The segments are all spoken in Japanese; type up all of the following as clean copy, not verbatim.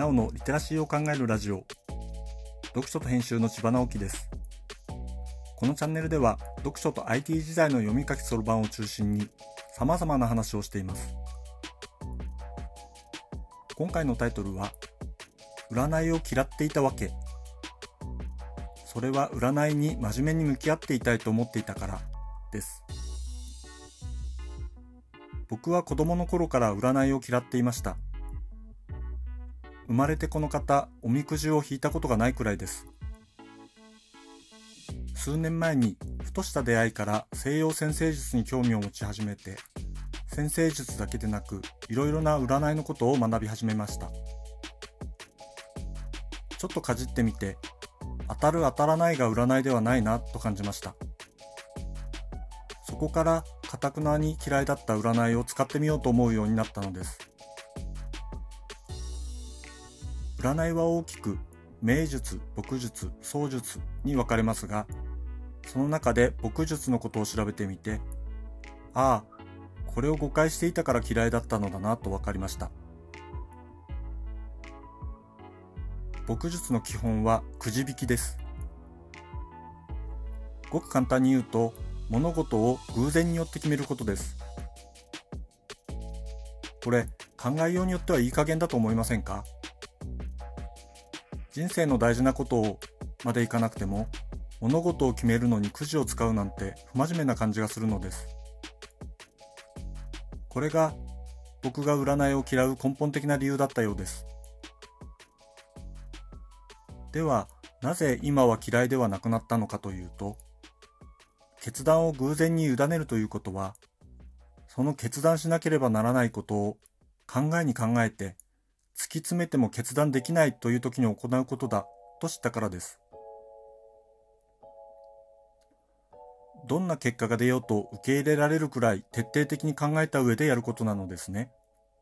なおのリテラシーを考えるラジオ、読書と編集の千葉直樹です。このチャンネルでは読書と IT 時代の読み書きそろばんを中心に様々な話をしています。今回のタイトルは、占いを嫌っていたわけ。それは占いに真面目に向き合っていたいと思っていたからです。僕は子供の頃から占いを嫌っていました。生まれてこの方、おみくじを引いたことがないくらいです。数年前にふとした出会いから西洋占星術に興味を持ち始めて、占星術だけでなくいろいろな占いのことを学び始めました。ちょっとかじってみて、当たる当たらないが占いではないなと感じました。そこから頑なに嫌いだった占いを使ってみようと思うようになったのです。占いは大きく名術、卜術、相術に分かれますが、その中で卜術のことを調べてみて、ああ、これを誤解していたから嫌いだったのだなと分かりました。卜術の基本はくじ引きです。ごく簡単に言うと、物事を偶然によって決めることです。これ、考えようによってはいい加減だと思いませんか？人生の大事なことをまでいかなくても、物事を決めるのにくじを使うなんて不真面目な感じがするのです。これが僕が占いを嫌う根本的な理由だったようです。では、なぜ今は嫌いではなくなったのかというと、決断を偶然に委ねるということは、その決断しなければならないことを考えに考えて、突き詰めても決断できないという時に行うことだと知ったからです。どんな結果が出ようと受け入れられるくらい徹底的に考えた上でやることなのですね。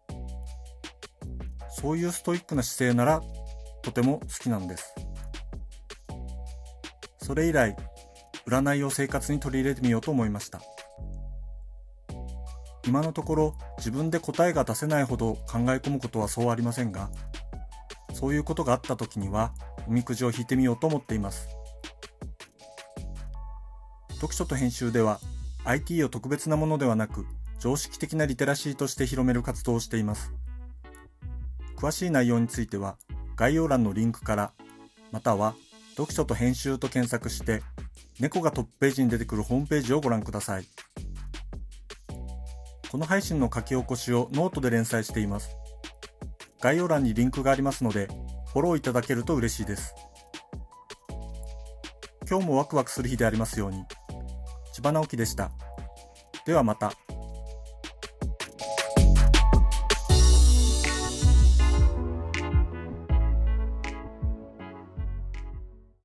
そういうストイックな姿勢ならとても好きなんです。それ以来、占いを生活に取り入れてみようと思いました。今のところ自分で答えが出せないほど考え込むことはそうありませんが、そういうことがあった時にはおみくじを引いてみようと思っています。読書と編集では IT を特別なものではなく常識的なリテラシーとして広める活動をしています。詳しい内容については概要欄のリンクから、または読書と編集と検索して猫がトップページに出てくるホームページをご覧ください。この配信の書き起こしをノートで連載しています。概要欄にリンクがありますので、フォローいただけると嬉しいです。今日もワクワクする日でありますように。千葉直樹でした。ではまた。